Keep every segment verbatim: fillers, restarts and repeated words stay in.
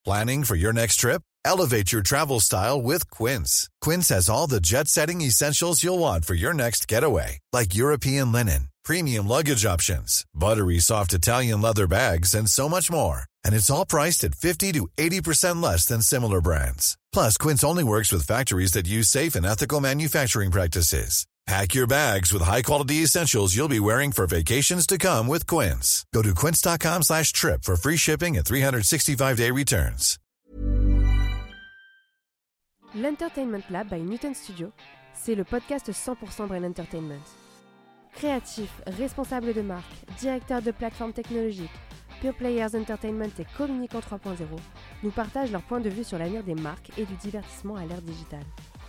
Planning for your next trip? Elevate your travel style with Quince. Quince has all the jet-setting essentials you'll want for your next getaway, like European linen, premium luggage options, buttery soft Italian leather bags, and so much more. And it's all priced at fifty to eighty percent less than similar brands. Plus, Quince only works with factories that use safe and ethical manufacturing practices. Pack your bags with high-quality essentials you'll be wearing for vacations to come with Quince. Go to quince.com slash trip for free shipping and three sixty-five day returns. L'Entertainment Lab by Newton Studio, c'est le podcast cent pour cent Brain Entertainment. Créatifs, responsables de marque, directeurs de plateformes technologiques, Pure Players Entertainment et communicants trois point zéro nous partagent leur point de vue sur l'avenir des marques et du divertissement à l'ère digitale.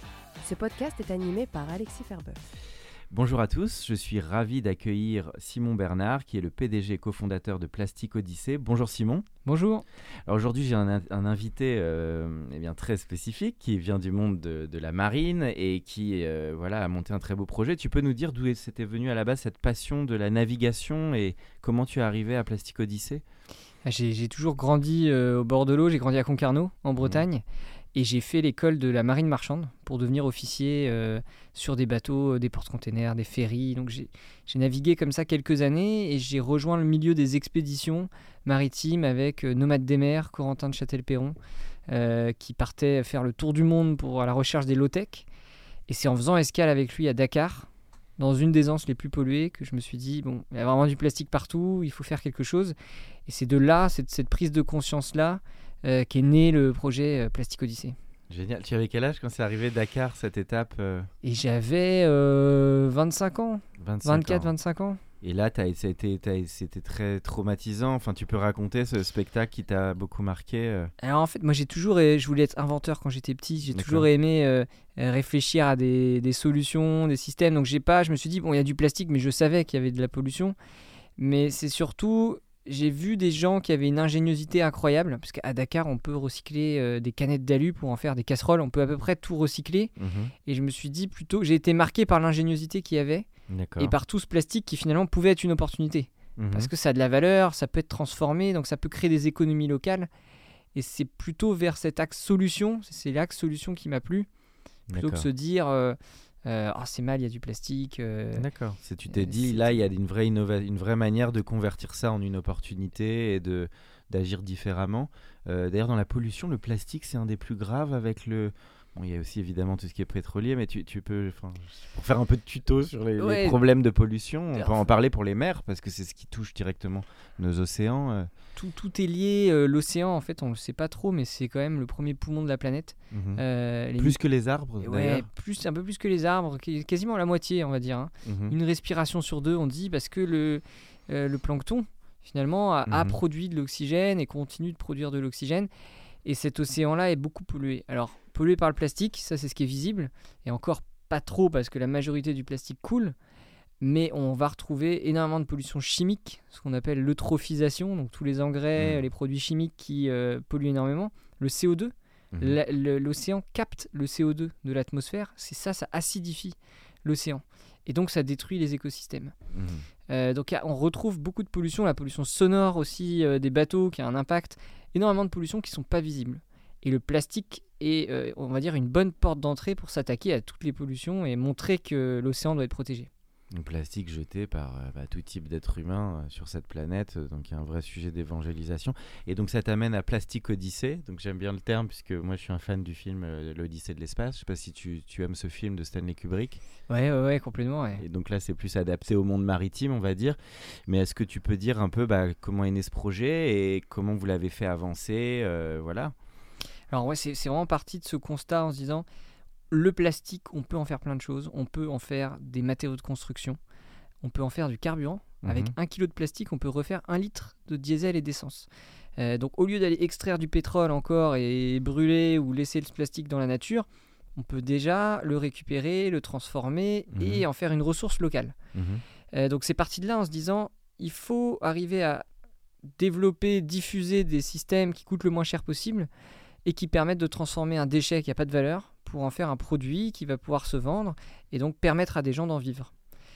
Ce podcast est animé par Alexis Ferber. Bonjour à tous, je suis ravi d'accueillir Simon Bernard, qui est le P D G et cofondateur de Plastic Odyssey. Bonjour Simon. Bonjour. Alors aujourd'hui, j'ai un, un invité euh, eh bien, très spécifique qui vient du monde de, de la marine et qui euh, voilà, a monté un très beau projet. Tu peux nous dire d'où c'était venu à la base cette passion de la navigation et comment tu es arrivé à Plastic Odyssey ? J'ai, j'ai toujours grandi euh, au bord de l'eau, j'ai grandi à Concarneau, en Bretagne. Mmh. Et j'ai fait l'école de la marine marchande pour devenir officier euh, sur des bateaux, des porte-containers, des ferries. Donc j'ai, j'ai navigué comme ça quelques années et j'ai rejoint le milieu des expéditions maritimes avec euh, Nomade des mers, Corentin de Châtel-Perron, euh, qui partait faire le tour du monde pour à la recherche des low-tech. Et c'est en faisant escale avec lui à Dakar, dans une des anses les plus polluées, que je me suis dit, bon, il y a vraiment du plastique partout, il faut faire quelque chose. Et c'est de là, cette, cette prise de conscience-là, Euh, qu'est né le projet euh, Plastic Odyssey. Génial. Tu avais quel âge quand c'est arrivé Dakar, cette étape euh... Et j'avais euh, vingt-cinq ans, vingt-quatre vingt-cinq ans. Et là, t'as, ça a été, t'as, c'était très traumatisant. Enfin, tu peux raconter ce spectacle qui t'a beaucoup marqué euh... Alors en fait, moi j'ai toujours, je voulais être inventeur quand j'étais petit. J'ai D'accord. toujours aimé euh, réfléchir à des, des solutions, des systèmes. Donc j'ai pas, je me suis dit, bon, il y a du plastique, mais je savais qu'il y avait de la pollution. Mais c'est surtout... J'ai vu des gens qui avaient une ingéniosité incroyable, parce qu'à Dakar, on peut recycler euh, des canettes d'alu pour en faire des casseroles, on peut à peu près tout recycler. Mmh. Et je me suis dit plutôt, j'ai été marqué par l'ingéniosité qu'il y avait, D'accord. et par tout ce plastique qui finalement pouvait être une opportunité. Mmh. Parce que ça a de la valeur, ça peut être transformé, donc ça peut créer des économies locales. Et c'est plutôt vers cet axe solution, c'est l'axe solution qui m'a plu, plutôt D'accord. que se dire... Euh, Euh, oh, c'est mal, il y a du plastique. Euh, D'accord. C'est, tu t'es euh, dit, là, il y a une vraie, innova- une vraie manière de convertir ça en une opportunité et de, d'agir différemment. Euh, d'ailleurs, dans la pollution, le plastique, c'est un des plus graves avec le... Bon, il y a aussi évidemment tout ce qui est pétrolier, mais tu, tu peux... Pour faire un peu de tuto sur les, ouais. les problèmes de pollution, on peut en parler pour les mers, parce que c'est ce qui touche directement nos océans. Euh. Tout, tout est lié. Euh, l'océan, en fait, on ne le sait pas trop, mais c'est quand même le premier poumon de la planète. Mmh. Euh, plus mi- que les arbres, ouais, d'ailleurs. Plus, un peu plus que les arbres, quasiment la moitié, on va dire. Hein. Mmh. Une respiration sur deux, on dit, parce que le, euh, le plancton, finalement, a, mmh. a produit de l'oxygène et continue de produire de l'oxygène. Et cet océan-là est beaucoup pollué. Alors, pollué par le plastique, ça c'est ce qui est visible, et encore pas trop parce que la majorité du plastique coule, mais on va retrouver énormément de pollution chimique, ce qu'on appelle l'eutrophisation, donc tous les engrais, mmh. les produits chimiques qui euh, polluent énormément. Le C O deux, mmh. la, le, l'océan capte le C O deux de l'atmosphère, c'est ça, ça acidifie l'océan. Et donc ça détruit les écosystèmes. Mmh. Euh, donc on retrouve beaucoup de pollution, la pollution sonore aussi euh, des bateaux qui a un impact, énormément de pollution qui ne sont pas visibles. Et le plastique est, euh, on va dire, une bonne porte d'entrée pour s'attaquer à toutes les pollutions et montrer que l'océan doit être protégé. Le plastique jeté par euh, bah, tout type d'être humain euh, sur cette planète, euh, donc il y a un vrai sujet d'évangélisation. Et donc ça t'amène à Plastic Odyssey, donc j'aime bien le terme puisque moi je suis un fan du film euh, L'Odyssée de l'espace. Je sais pas si tu, tu aimes ce film de Stanley Kubrick. Ouais, ouais, ouais, complètement. Ouais. Et donc là c'est plus adapté au monde maritime, on va dire. Mais est-ce que tu peux dire un peu bah, comment est né ce projet et comment vous l'avez fait avancer, euh, voilà. Alors ouais, c'est, c'est vraiment parti de ce constat en se disant... Le plastique, on peut en faire plein de choses. On peut en faire des matériaux de construction. On peut en faire du carburant. Mmh. Avec un kilo de plastique, on peut refaire un litre de diesel et d'essence. Euh, donc, au lieu d'aller extraire du pétrole encore et brûler ou laisser le plastique dans la nature, on peut déjà le récupérer, le transformer mmh. et en faire une ressource locale. Mmh. Euh, donc, c'est parti de là en se disant, il faut arriver à développer, diffuser des systèmes qui coûtent le moins cher possible et qui permettent de transformer un déchet qui n'a pas de valeur pour en faire un produit qui va pouvoir se vendre et donc permettre à des gens d'en vivre.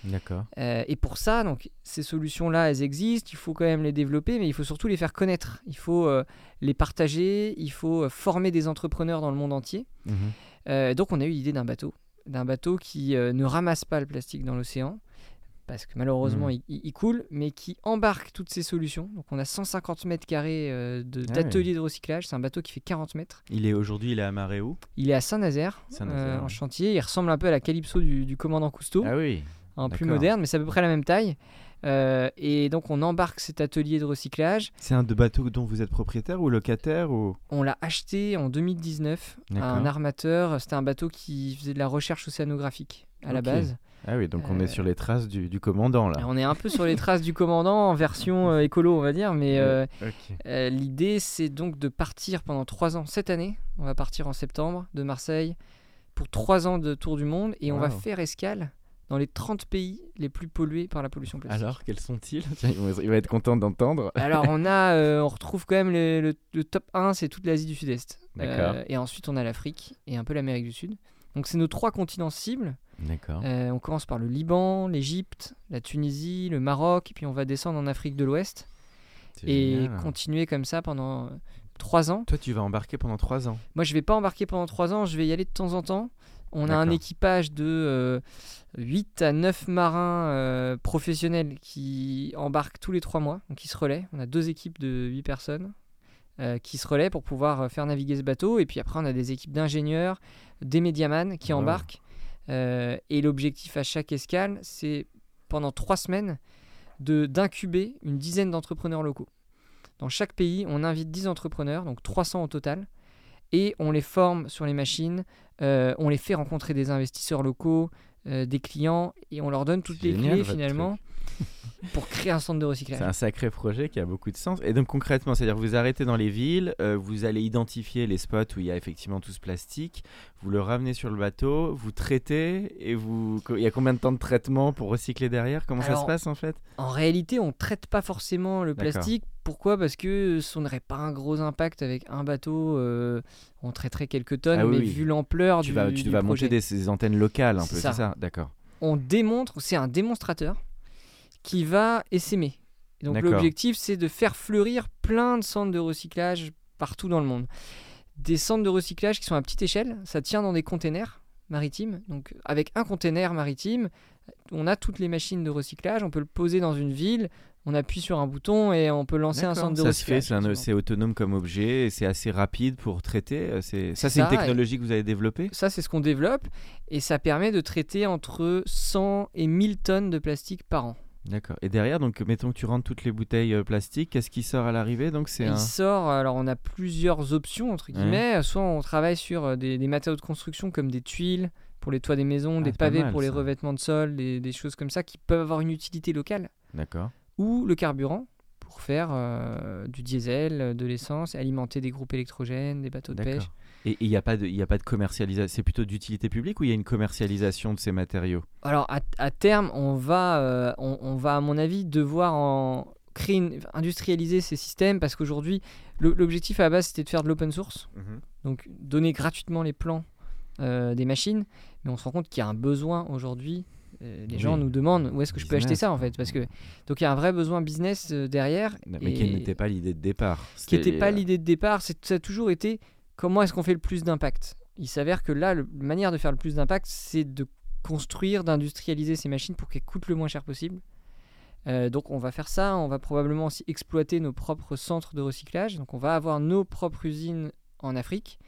D'accord. Euh, et pour ça, donc, ces solutions-là, elles existent, il faut quand même les développer, mais il faut surtout les faire connaître. Il faut euh, les partager, il faut euh, former des entrepreneurs dans le monde entier. Mmh. Euh, donc on a eu l'idée d'un bateau, d'un bateau qui euh, ne ramasse pas le plastique dans l'océan, parce que malheureusement, mmh. il, il coule, mais qui embarque toutes ces solutions. Donc on a cent cinquante mètres carrés euh, de, ah d'atelier ouais. de recyclage. C'est un bateau qui fait quarante mètres. Il est aujourd'hui, il est amarré où ? Il est à Saint-Nazaire, Saint-Nazaire euh, ouais. en chantier. Il ressemble un peu à la Calypso du, du commandant Cousteau. Ah oui. Un D'accord. plus moderne, mais c'est à peu près la même taille. Euh, et donc on embarque cet atelier de recyclage. C'est un de bateau dont vous êtes propriétaire ou locataire ou... On l'a acheté en deux mille dix-neuf D'accord. à un armateur. C'était un bateau qui faisait de la recherche océanographique à okay. la base. Ah oui, donc on euh... est sur les traces du, du commandant là. On est un peu sur les traces du commandant en version euh, écolo, on va dire. Mais euh, okay. euh, l'idée, c'est donc de partir pendant trois ans. Cette année, on va partir en septembre de Marseille pour trois ans de tour du monde et wow. on va faire escale dans les trente pays les plus pollués par la pollution plastique. Alors, quels sont-ils ? Il va être content d'entendre. Alors, on, a, euh, on retrouve quand même le, le, le top un, c'est toute l'Asie du Sud-Est. D'accord. Euh, et ensuite, on a l'Afrique et un peu l'Amérique du Sud. Donc, c'est nos trois continents cibles. D'accord. Euh, on commence par le Liban, l'Égypte, la Tunisie, le Maroc, et puis on va descendre en Afrique de l'Ouest. C'est et génial. Continuer comme ça pendant trois ans. Toi, tu vas embarquer pendant trois ans ? Moi, je ne vais pas embarquer pendant trois ans, je vais y aller de temps en temps. On D'accord. a un équipage de euh, huit à neuf marins euh, professionnels qui embarquent tous les trois mois, donc qui se relaient. On a deux équipes de huit personnes euh, qui se relaient pour pouvoir faire naviguer ce bateau. Et puis après, on a des équipes d'ingénieurs, des médiamans qui wow. embarquent. Euh, et l'objectif à chaque escale, c'est pendant trois semaines de, d'incuber une dizaine d'entrepreneurs locaux. Dans chaque pays, on invite dix entrepreneurs, donc trois cents au total. Et on les forme sur les machines, euh, on les fait rencontrer des investisseurs locaux, euh, des clients, et on leur donne toutes c'est les génial, clés finalement pour créer un centre de recyclage. C'est un sacré projet qui a beaucoup de sens. Et donc concrètement, c'est-à-dire que vous arrêtez dans les villes, euh, vous allez identifier les spots où il y a effectivement tout ce plastique, vous le ramenez sur le bateau, vous traitez, et vous... il y a combien de temps de traitement pour recycler derrière ? Comment Alors, ça se passe en fait ? En réalité, on ne traite pas forcément le plastique. D'accord. Pourquoi ? Parce que ça n'aurait pas un gros impact avec un bateau, euh, on traiterait quelques tonnes, ah oui, mais oui. vu l'ampleur tu du, vas, du Tu vas projet. monter des, des antennes locales un c'est peu, ça. c'est ça ? D'accord. On démontre, c'est un démonstrateur qui va essaimer. Et donc D'accord. l'objectif, c'est de faire fleurir plein de centres de recyclage partout dans le monde. Des centres de recyclage qui sont à petite échelle, ça tient dans des containers maritimes. Donc avec un container maritime, on a toutes les machines de recyclage, on peut le poser dans une ville, on appuie sur un bouton et on peut lancer D'accord. un centre de ça recyclage. Se fait, c'est, un, c'est autonome comme objet, et c'est assez rapide pour traiter. C'est, ça, c'est ça, une technologie que vous avez développée ? Ça, c'est ce qu'on développe et ça permet de traiter entre cent et mille tonnes de plastique par an. D'accord. Et derrière, donc, mettons que tu rentres toutes les bouteilles euh, plastiques, qu'est-ce qui sort à l'arrivée ? Donc, c'est Il un... sort, alors on a plusieurs options, entre guillemets. Ouais. Soit on travaille sur des, des matériaux de construction comme des tuiles pour les toits des maisons, ah, des pavés mal, pour les ça. revêtements de sol, des, des choses comme ça qui peuvent avoir une utilité locale. D'accord. Ou le carburant pour faire euh, du diesel, de l'essence, et alimenter des groupes électrogènes, des bateaux de D'accord. pêche. Et il n'y a pas de, y a pas de commercialisation, c'est plutôt d'utilité publique ou il y a une commercialisation de ces matériaux ? Alors à, à terme, on va, euh, on, on va à mon avis devoir en créer une, industrialiser ces systèmes parce qu'aujourd'hui, le, l'objectif à la base c'était de faire de l'open source, mmh. donc donner gratuitement les plans euh, des machines, mais on se rend compte qu'il y a un besoin aujourd'hui. Euh, les oui. gens nous demandent où est-ce que business. Je peux acheter ça en fait parce que donc il y a un vrai besoin business euh, derrière. Mais quelle n'était pas l'idée de départ. Ce qui n'était pas l'idée de départ, c'est, ça a toujours été comment est-ce qu'on fait le plus d'impact. Il s'avère que là, la manière de faire le plus d'impact, c'est de construire, d'industrialiser ces machines pour qu'elles coûtent le moins cher possible. Euh, donc on va faire ça, on va probablement aussi exploiter nos propres centres de recyclage. Donc on va avoir nos propres usines en Afrique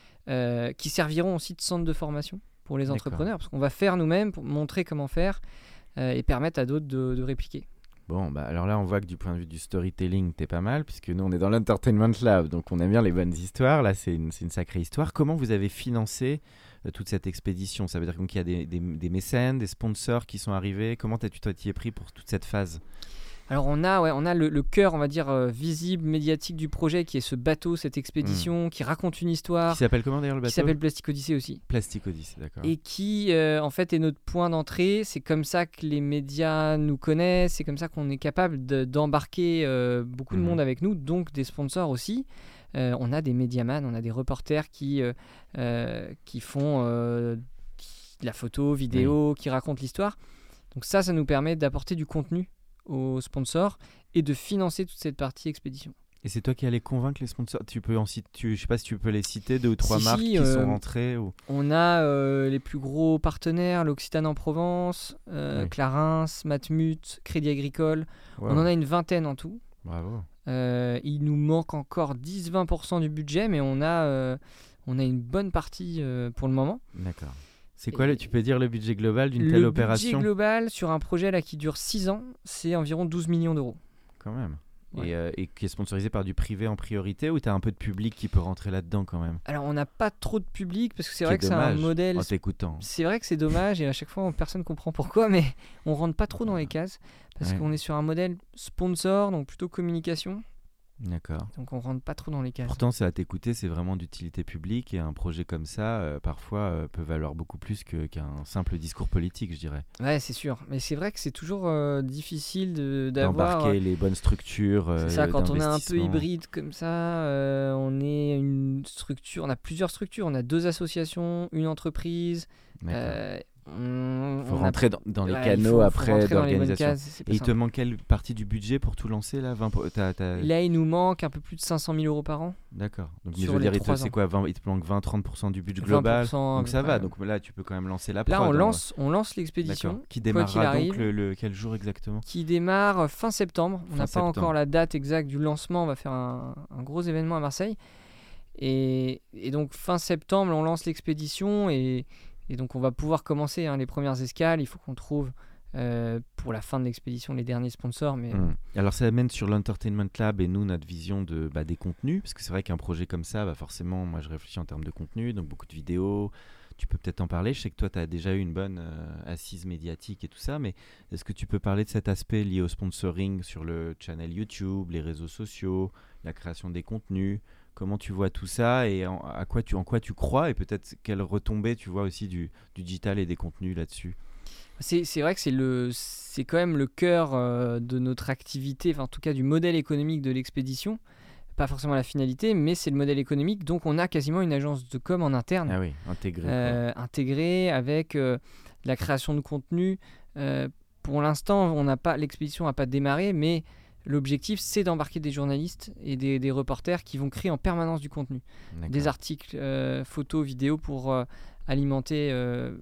euh, qui serviront aussi de centres de formation pour les entrepreneurs, D'accord. parce qu'on va faire nous-mêmes pour montrer comment faire euh, et permettre à d'autres de, de répliquer. Bon, bah alors là, on voit que du point de vue du storytelling, t'es pas mal, puisque nous, on est dans l'Entertainment Lab, donc on aime bien les bonnes histoires. Là, c'est une, c'est une sacrée histoire. Comment vous avez financé euh, toute cette expédition ? Ça veut dire qu'il y a des, des, des mécènes, des sponsors qui sont arrivés. Comment t'as, tu t'y es pris pour toute cette phase ? Alors on a, ouais, on a le, le cœur, on va dire, euh, visible, médiatique du projet, qui est ce bateau, cette expédition, mmh. qui raconte une histoire. Qui s'appelle comment d'ailleurs le bateau ? Qui s'appelle Plastic Odyssey aussi. Plastic Odyssey, d'accord. Et qui, euh, en fait, est notre point d'entrée. C'est comme ça que les médias nous connaissent. C'est comme ça qu'on est capable de, d'embarquer euh, beaucoup de mmh. monde avec nous, donc des sponsors aussi. Euh, on a des médiamans, on a des reporters qui, euh, euh, qui font euh, de la photo, vidéo, oui. qui racontent l'histoire. Donc ça, ça nous permet d'apporter du contenu aux sponsors et de financer toute cette partie expédition. Et c'est toi qui allais convaincre les sponsors. Tu peux en citer, tu, je sais pas si tu peux les citer, deux ou trois si, marques si, qui euh, sont rentrées ou... On a euh, les plus gros partenaires, l'Occitane en Provence, euh, oui. Clarins, Matmut, Crédit Agricole. Wow. On en a une vingtaine en tout. Bravo. Euh, il nous manque encore dix à vingt pour cent du budget, mais on a, euh, on a une bonne partie euh, pour le moment. D'accord. C'est quoi, le, tu peux dire le budget global d'une telle le opération ? Le budget global sur un projet là, qui dure six ans, c'est environ douze millions d'euros. Quand même. Ouais. Et, euh, et qui est sponsorisé par du privé en priorité, ou tu as un peu de public qui peut rentrer là-dedans quand même ? Alors on n'a pas trop de public parce que c'est qui vrai que dommage. C'est un modèle. En t'écoutant. C'est vrai que c'est dommage et à chaque fois personne ne comprend pourquoi, mais on rentre pas trop dans les cases parce ouais. qu'on est sur un modèle sponsor, donc plutôt communication. D'accord. Donc on rentre pas trop dans les cases. Pourtant, c'est à t'écouter, c'est vraiment d'utilité publique et un projet comme ça, euh, parfois, euh, peut valoir beaucoup plus que, qu'un simple discours politique, je dirais. Ouais, c'est sûr. Mais c'est vrai que c'est toujours euh, difficile de, d'avoir... D'embarquer les bonnes structures euh, C'est ça, quand on est un peu hybride comme ça, euh, on est une structure, on a plusieurs structures, on a deux associations, une entreprise... Euh, Il faut rentrer a... dans, dans les ouais, canaux faut, après faut d'organisation. Cases, et il te manque quelle partie du budget pour tout lancer là vingt t'as, t'as... Là, il nous manque un peu plus de cinq cent mille euros par an. D'accord. Donc, je veux dire, il te, c'est quoi vingt, il te manque vingt à trente pour cent du budget global. Donc ça va. Donc là, tu peux quand même lancer la prod. Là, on lance, on lance l'expédition. D'accord. Qui démarrera arrive, donc le, le, quel jour exactement ? Qui démarre fin septembre. On n'a pas septembre. encore la date exacte du lancement. On va faire un, un gros événement à Marseille. Et, et donc, fin septembre, on lance l'expédition et... Et donc, on va pouvoir commencer hein, les premières escales. Il faut qu'on trouve euh, pour la fin de l'expédition les derniers sponsors. Mais... Mmh. Alors, ça amène sur l'Entertainment Lab et nous, notre vision de, bah, des contenus. Parce que c'est vrai qu'un projet comme ça, bah, forcément, moi, je réfléchis en termes de contenu. Donc, beaucoup de vidéos. Tu peux peut-être en parler. Je sais que toi, tu as déjà eu une bonne euh, assise médiatique et tout ça. Mais est-ce que tu peux parler de cet aspect lié au sponsoring sur le channel YouTube, les réseaux sociaux, la création des contenus ? Comment tu vois tout ça et en, à quoi tu, en quoi tu crois et peut-être quelle retombée tu vois aussi du, du digital et des contenus là-dessus ? C'est, c'est vrai que c'est, le, c'est quand même le cœur euh, de notre activité, enfin en tout cas du modèle économique de l'expédition. Pas forcément la finalité, mais c'est le modèle économique. Donc on a quasiment une agence de com en interne. Ah oui, intégrée. Euh, intégrée avec euh, la création de contenu. Euh, pour l'instant, on n'a pas, l'expédition n'a pas démarré, mais... L'objectif, c'est d'embarquer des journalistes et des, des reporters qui vont créer en permanence du contenu. D'accord. Des articles, euh, photos, vidéos pour euh, alimenter euh,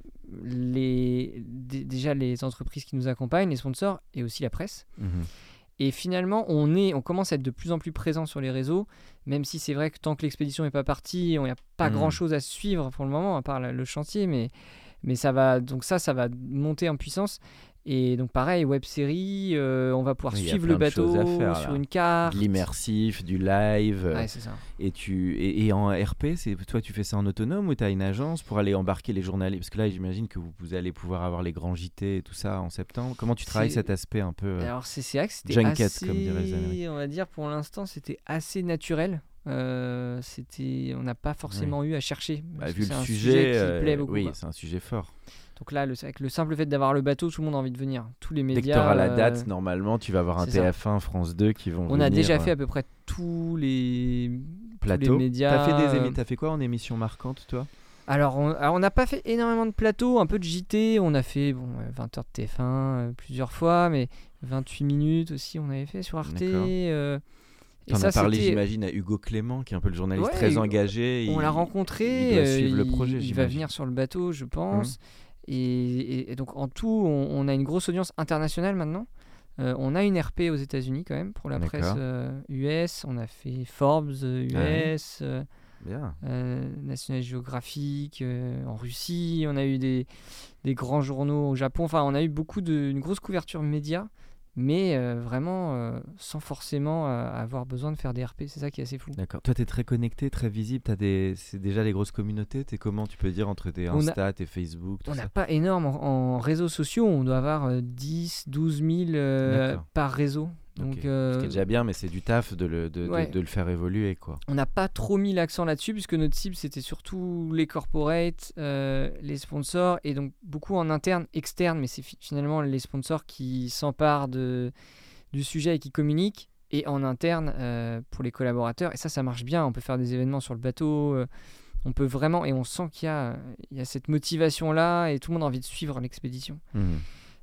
les, d- déjà les entreprises qui nous accompagnent, les sponsors et aussi la presse. Mmh. Et finalement, on, est, on commence à être de plus en plus présent sur les réseaux, même si c'est vrai que tant que l'expédition n'est pas partie, il n'y a pas mmh. grand-chose à suivre pour le moment, à part la, le chantier. Mais, mais ça va, donc ça, ça va monter en puissance. Et donc pareil, web série, euh, on va pouvoir oui, suivre le bateau faire, sur là. une carte. De l'immersif, du live. Ouais, c'est ça. Et, tu, et, et en R P, c'est, toi tu fais ça en autonome ou tu as une agence pour aller embarquer les journalistes ? Parce que là, j'imagine que vous, vous allez pouvoir avoir les grands J T et tout ça en septembre. Comment tu travailles c'est... cet aspect un peu euh, Alors c'est, c'est vrai que c'était junket, assez, comme diraient les Américains. On va dire pour l'instant, c'était assez naturel. Euh, c'était, on n'a pas forcément oui. eu à chercher. Bah, vu c'est le un sujet, sujet qui euh, plaît beaucoup. Oui, quoi. c'est un sujet fort. Donc là, le, avec le simple fait d'avoir le bateau, tout le monde a envie de venir. Tous les médias. Dès que tu auras la euh, date, normalement, tu vas avoir un T F un, France deux qui vont on venir. On a déjà euh... fait à peu près tous les plateaux. Tous les médias. T'as fait, des émi- t'as fait quoi en émission marquante, toi ? Alors, on, alors, on n'a pas fait énormément de plateaux, un peu de J T. On a fait bon, vingt heures de T F un euh, plusieurs fois, mais vingt-huit minutes aussi, on avait fait sur Arte. Euh, Et ça, as parlé, c'était... j'imagine, à Hugo Clément, qui est un peu le journaliste ouais, très engagé. On il, l'a rencontré. Il doit suivre euh, le projet, il, j'imagine. Il va venir sur le bateau, je pense. Mmh. Et, et, et donc, en tout, on, on a une grosse audience internationale maintenant. Euh, on a une R P aux États-Unis quand même pour la D'accord. presse euh, U S. On a fait Forbes euh, U S, ah, oui. euh, Bien. Euh, National Geographic euh, en Russie. On a eu des, des grands journaux au Japon. Enfin, on a eu beaucoup de, une grosse couverture média. Mais euh, vraiment euh, sans forcément euh, avoir besoin de faire des R P, c'est ça qui est assez fou. D'accord. Toi, tu es très connecté, très visible, t'as des... c'est déjà des grosses communautés. T'es comment, tu peux dire, entre tes Insta, a... tes Facebook tout On n'a pas énorme en, en réseaux sociaux, on doit avoir euh, dix, douze mille euh, par réseau. Donc, okay. euh... Ce qui est déjà bien, mais c'est du taf de le, de, ouais. de, de le faire évoluer, quoi. On n'a pas trop mis l'accent là-dessus, puisque notre cible, c'était surtout les corporates, euh, les sponsors, et donc beaucoup en interne, externe, mais c'est fi- finalement les sponsors qui s'emparent de, du sujet et qui communiquent, et en interne euh, pour les collaborateurs. Et ça, ça marche bien. On peut faire des événements sur le bateau, euh, on peut vraiment, et on sent qu'il y a, il y a cette motivation-là, et tout le monde a envie de suivre l'expédition. Mmh.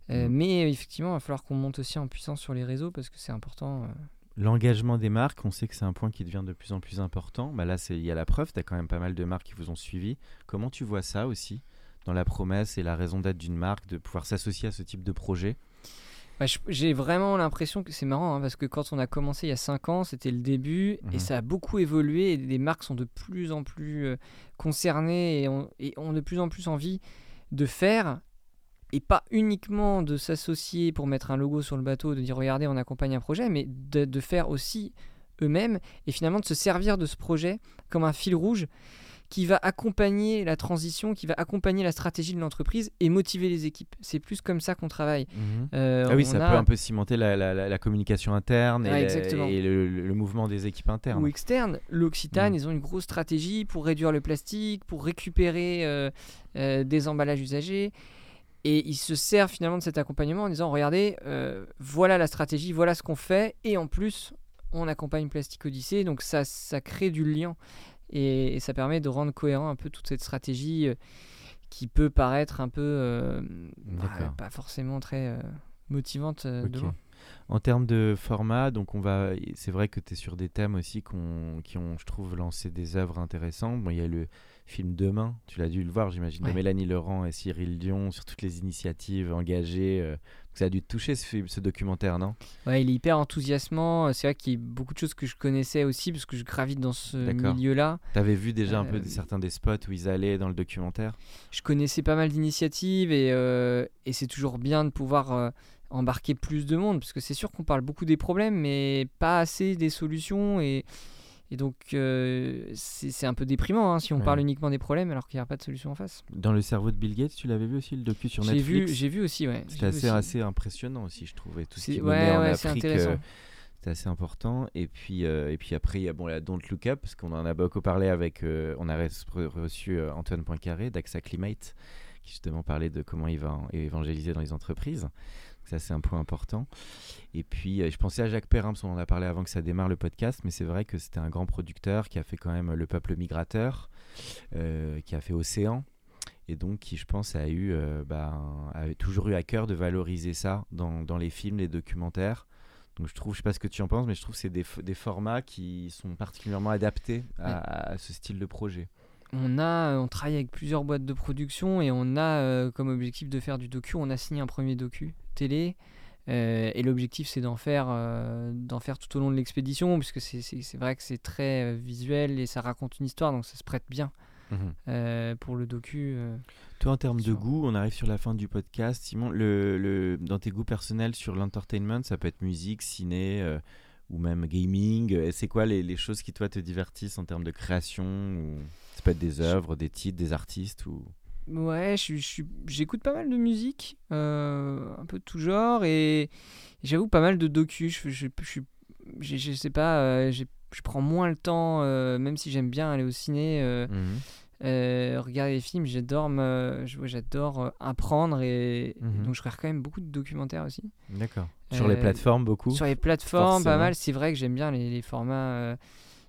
Euh, mmh. Mais effectivement, il va falloir qu'on monte aussi en puissance sur les réseaux parce que c'est important. Euh... L'engagement des marques, on sait que c'est un point qui devient de plus en plus important. Bah là, il y a la preuve, tu as quand même pas mal de marques qui vous ont suivi. Comment tu vois ça aussi, dans la promesse et la raison d'être d'une marque, de pouvoir s'associer à ce type de projet? Bah, je, j'ai vraiment l'impression que c'est marrant hein, parce que quand on a commencé il y a cinq ans, c'était le début mmh. et ça a beaucoup évolué et les marques sont de plus en plus euh, concernées et ont, et ont de plus en plus envie de faire et pas uniquement de s'associer pour mettre un logo sur le bateau, de dire regardez on accompagne un projet, mais de, de faire aussi eux-mêmes et finalement de se servir de ce projet comme un fil rouge qui va accompagner la transition, qui va accompagner la stratégie de l'entreprise et motiver les équipes. C'est plus comme ça qu'on travaille. Mmh. Euh, ah oui, ça a... peut un peu cimenter la, la, la, la communication interne et, ah, la, et le, le mouvement des équipes internes. Ou externes. L'Occitane, mmh. ils ont une grosse stratégie pour réduire le plastique, pour récupérer euh, euh, des emballages usagés. Et ils se servent finalement de cet accompagnement en disant, regardez, euh, voilà la stratégie, voilà ce qu'on fait. Et en plus, on accompagne Plastic Odyssey. Donc ça, ça crée du lien. Et, et ça permet de rendre cohérent un peu toute cette stratégie euh, qui peut paraître un peu euh, bah, pas forcément très euh, motivante euh, okay. de loin. En termes de format, donc on va, c'est vrai que tu es sur des thèmes aussi qu'on, qui ont, je trouve, lancé des œuvres intéressantes. Bon, il y a le film Demain, tu l'as dû le voir, j'imagine, ouais. de Mélanie Laurent et Cyril Dion sur toutes les initiatives engagées. Euh, ça a dû te toucher ce, ce documentaire, non? Ouais, il est hyper enthousiasmant. C'est vrai qu'il y a beaucoup de choses que je connaissais aussi parce que je gravite dans ce D'accord. milieu-là. Tu avais vu déjà euh, un peu de, certains des spots où ils allaient dans le documentaire? Je connaissais pas mal d'initiatives et, euh, et c'est toujours bien de pouvoir euh, embarquer plus de monde parce que c'est sûr qu'on parle beaucoup des problèmes mais pas assez des solutions et Et donc, euh, c'est, c'est un peu déprimant hein, si on ouais. parle uniquement des problèmes alors qu'il n'y a pas de solution en face. Dans le cerveau de Bill Gates, tu l'avais vu aussi, le docu sur j'ai Netflix? Vu, j'ai vu aussi, ouais. C'était assez, assez impressionnant aussi, je trouvais. Tout c'est, ce qui ouais, menait en ouais, Afrique, euh, c'était assez important. Et puis, euh, et puis après, il y a bon, la Don't Look Up, parce qu'on en a beaucoup parlé avec... Euh, on a reçu euh, Antoine Poincaré d'Axa Climate, qui justement parlait de comment il va évangéliser dans les entreprises. Ça, c'est un point important. Et puis, euh, je pensais à Jacques Perrin, parce qu'on en a parlé avant que ça démarre le podcast, mais c'est vrai que c'était un grand producteur qui a fait quand même Le Peuple Migrateur, euh, qui a fait Océan, et donc qui, je pense, a, eu, euh, bah, a toujours eu à cœur de valoriser ça dans, dans les films, les documentaires. Donc, je trouve, je ne sais pas ce que tu en penses, mais je trouve que c'est des, des formats qui sont particulièrement adaptés à, ouais. à ce style de projet. On, a, on travaille avec plusieurs boîtes de production et on a euh, comme objectif de faire du docu. On a signé un premier docu télé euh, et l'objectif c'est d'en faire, euh, d'en faire tout au long de l'expédition puisque c'est, c'est, c'est vrai que c'est très euh, visuel et ça raconte une histoire donc ça se prête bien mmh. euh, pour le docu. Euh, Toi en termes de goût, on arrive sur la fin du podcast. Simon, le, le, dans tes goûts personnels sur l'entertainment, ça peut être musique, ciné... Euh, ou même gaming, c'est quoi les, les choses qui toi te divertissent en termes de création ou... Ça peut être des œuvres, des titres, des artistes ou... Ouais, je, je, j'écoute pas mal de musique, euh, un peu de tout genre et, et j'avoue pas mal de docus. Je, je, je, je, je sais pas, euh, je prends moins le temps, euh, même si j'aime bien aller au ciné. Euh, mmh. Euh, regarder les films, j'adore, me, j'adore euh, apprendre et, mmh. et donc je regarde quand même beaucoup de documentaires aussi. D'accord. Sur euh, les plateformes beaucoup? Sur les plateformes, Forcément. Pas mal. C'est vrai que j'aime bien les, les formats euh,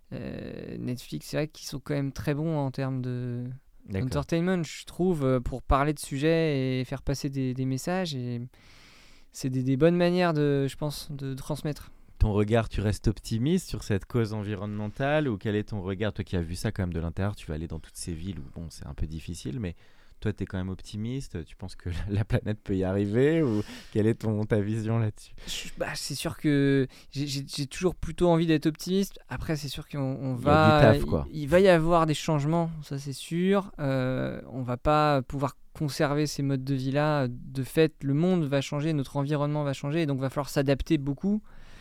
euh, Netflix. C'est vrai qu'ils sont quand même très bons en termes de entertainment, je trouve, pour parler de sujets et faire passer des, des messages. Et c'est des, des bonnes manières, de, je pense, de transmettre. Ton regard, tu restes optimiste sur cette cause environnementale ou quel est ton regard, toi qui as vu ça quand même de l'intérieur, tu vas aller dans toutes ces villes où bon, c'est un peu difficile, mais toi tu es quand même optimiste, tu penses que la planète peut y arriver ou quelle est ton, ta vision là-dessus? bah, C'est sûr que j'ai, j'ai, j'ai toujours plutôt envie d'être optimiste. Après c'est sûr qu'on on va, il, y a du taf, quoi. Il, il va y avoir des changements, ça c'est sûr. Euh, on va pas pouvoir conserver ces modes de vie-là. De fait, le monde va changer, notre environnement va changer, et donc il va falloir s'adapter beaucoup.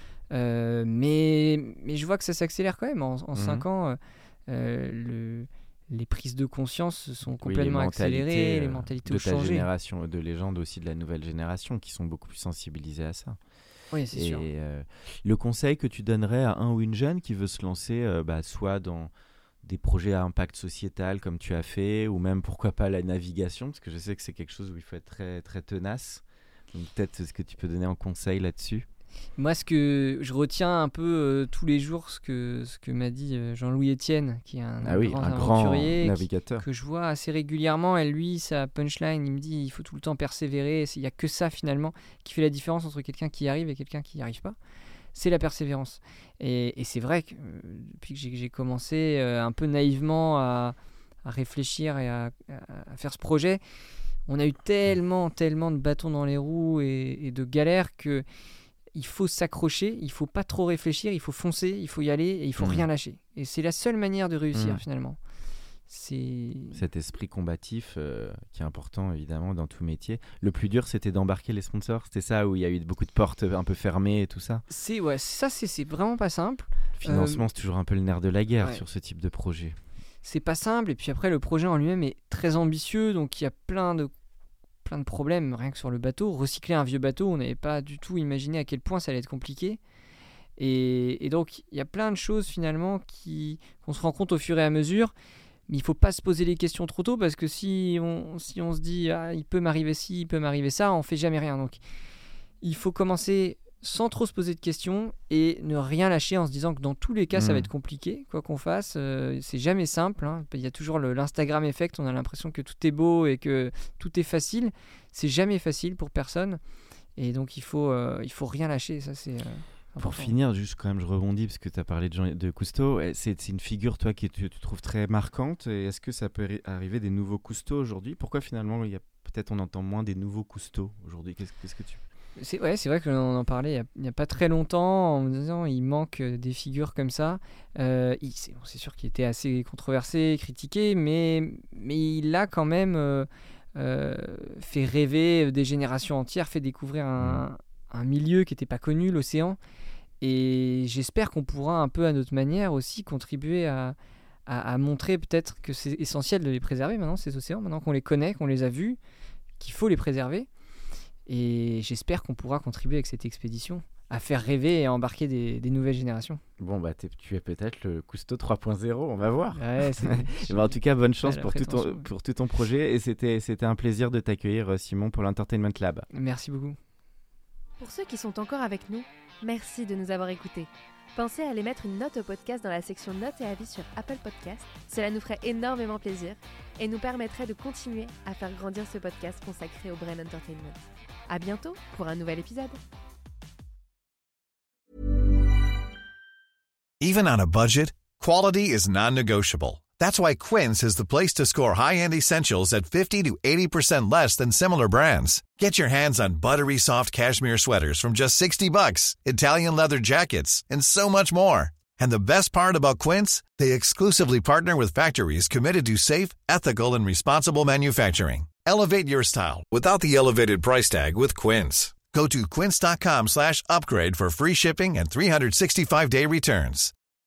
Euh, mais, mais je vois que ça s'accélère quand même. En, en mmh. cinq ans, euh, le, les prises de conscience sont complètement oui, les accélérées, les mentalités ont changé. De ta génération, de légendes aussi de la nouvelle génération qui sont beaucoup plus sensibilisées à ça. Oui, c'est Et sûr. Euh, le conseil que tu donnerais à un ou une jeune qui veut se lancer, euh, bah, soit dans des projets à impact sociétal comme tu as fait, ou même pourquoi pas la navigation, parce que je sais que c'est quelque chose où il faut être très, très tenace. Donc peut-être est-ce que tu peux donner un conseil là-dessus? Moi, ce que je retiens un peu euh, tous les jours, ce que, ce que m'a dit euh, Jean-Louis Etienne, qui est un, ah oui, grand un aventurier, grand navigateur. Qui, que je vois assez régulièrement. Et lui, sa punchline, il me dit il faut tout le temps persévérer. Il n'y a que ça, finalement, qui fait la différence entre quelqu'un qui y arrive et quelqu'un qui n'y arrive pas. C'est la persévérance. Et, et c'est vrai que euh, depuis que j'ai, j'ai commencé euh, un peu naïvement à, à réfléchir et à, à, à faire ce projet, on a eu tellement, tellement de bâtons dans les roues et, et de galères que il faut s'accrocher, il faut pas trop réfléchir, il faut foncer, il faut y aller et il faut mmh. rien lâcher. Et c'est la seule manière de réussir mmh. finalement. C'est... Cet esprit combatif euh, qui est important évidemment dans tout métier. Le plus dur, c'était d'embarquer les sponsors. C'était ça où il y a eu beaucoup de portes un peu fermées et tout ça. C'est ouais, ça c'est, c'est vraiment pas simple. Le financement, euh, c'est toujours un peu le nerf de la guerre ouais. sur ce type de projet. C'est pas simple. Et puis après, le projet en lui-même est très ambitieux, donc il y a plein de plein de problèmes rien que sur le bateau. Recycler un vieux bateau, on n'avait pas du tout imaginé à quel point ça allait être compliqué. Et, et donc il y a plein de choses finalement qui qu'on se rend compte au fur et à mesure. Mais il ne faut pas se poser les questions trop tôt parce que si on, si on se dit ah, il peut m'arriver ci, il peut m'arriver ça, on ne fait jamais rien. Donc il faut commencer sans trop se poser de questions et ne rien lâcher en se disant que dans tous les cas, mmh. ça va être compliqué, quoi qu'on fasse. Euh, c'est jamais simple. Hein. Il y a toujours le, l'Instagram effect, on a l'impression que tout est beau et que tout est facile. C'est jamais facile pour personne. Et donc il ne faut, euh, il faut rien lâcher. Ça, c'est... Euh... Pour finir, juste quand même, je rebondis parce que tu as parlé de, Jean, de Cousteau. C'est, c'est une figure, toi, que tu, tu trouves très marquante. Et est-ce que ça peut ri- arriver des nouveaux Cousteau aujourd'hui ? Pourquoi finalement, il y a, peut-être on entend moins des nouveaux Cousteau aujourd'hui ? Qu'est-ce, qu'est-ce que tu... C'est, ouais, c'est vrai qu'on en parlait il n'y a, a pas très longtemps en me disant il manque des figures comme ça. Euh, il, c'est, bon, c'est sûr qu'il était assez controversé, critiqué, mais, mais il a quand même euh, euh, fait rêver des générations entières, fait découvrir un, mmh. un milieu qui n'était pas connu, l'océan. Et j'espère qu'on pourra un peu à notre manière aussi contribuer à, à, à montrer peut-être que c'est essentiel de les préserver maintenant, ces océans, maintenant qu'on les connaît, qu'on les a vus, qu'il faut les préserver. Et j'espère qu'on pourra contribuer avec cette expédition à faire rêver et à embarquer des, des nouvelles générations. Bon, bah tu es peut-être le Cousteau trois point zéro, on va voir. Ouais, c'est... bah, en tout cas, bonne chance pour tout, ton, pour tout ton projet. Et c'était, c'était un plaisir de t'accueillir, Simon, pour l'Entertainment Lab. Merci beaucoup. Pour ceux qui sont encore avec nous, merci de nous avoir écoutés. Pensez à aller mettre une note au podcast dans la section notes et avis sur Apple Podcasts. Cela nous ferait énormément plaisir et nous permettrait de continuer à faire grandir ce podcast consacré au Brain Entertainment. À bientôt pour un nouvel épisode. Even on a budget, quality is non-negotiable. That's why Quince is the place to score high-end essentials at fifty to eighty percent less than similar brands. Get your hands on buttery soft cashmere sweaters from just sixty bucks, Italian leather jackets, and so much more. And the best part about Quince, they exclusively partner with factories committed to safe, ethical, and responsible manufacturing. Elevate your style without the elevated price tag with Quince. Go to quince.com slash upgrade for free shipping and three sixty-five day returns.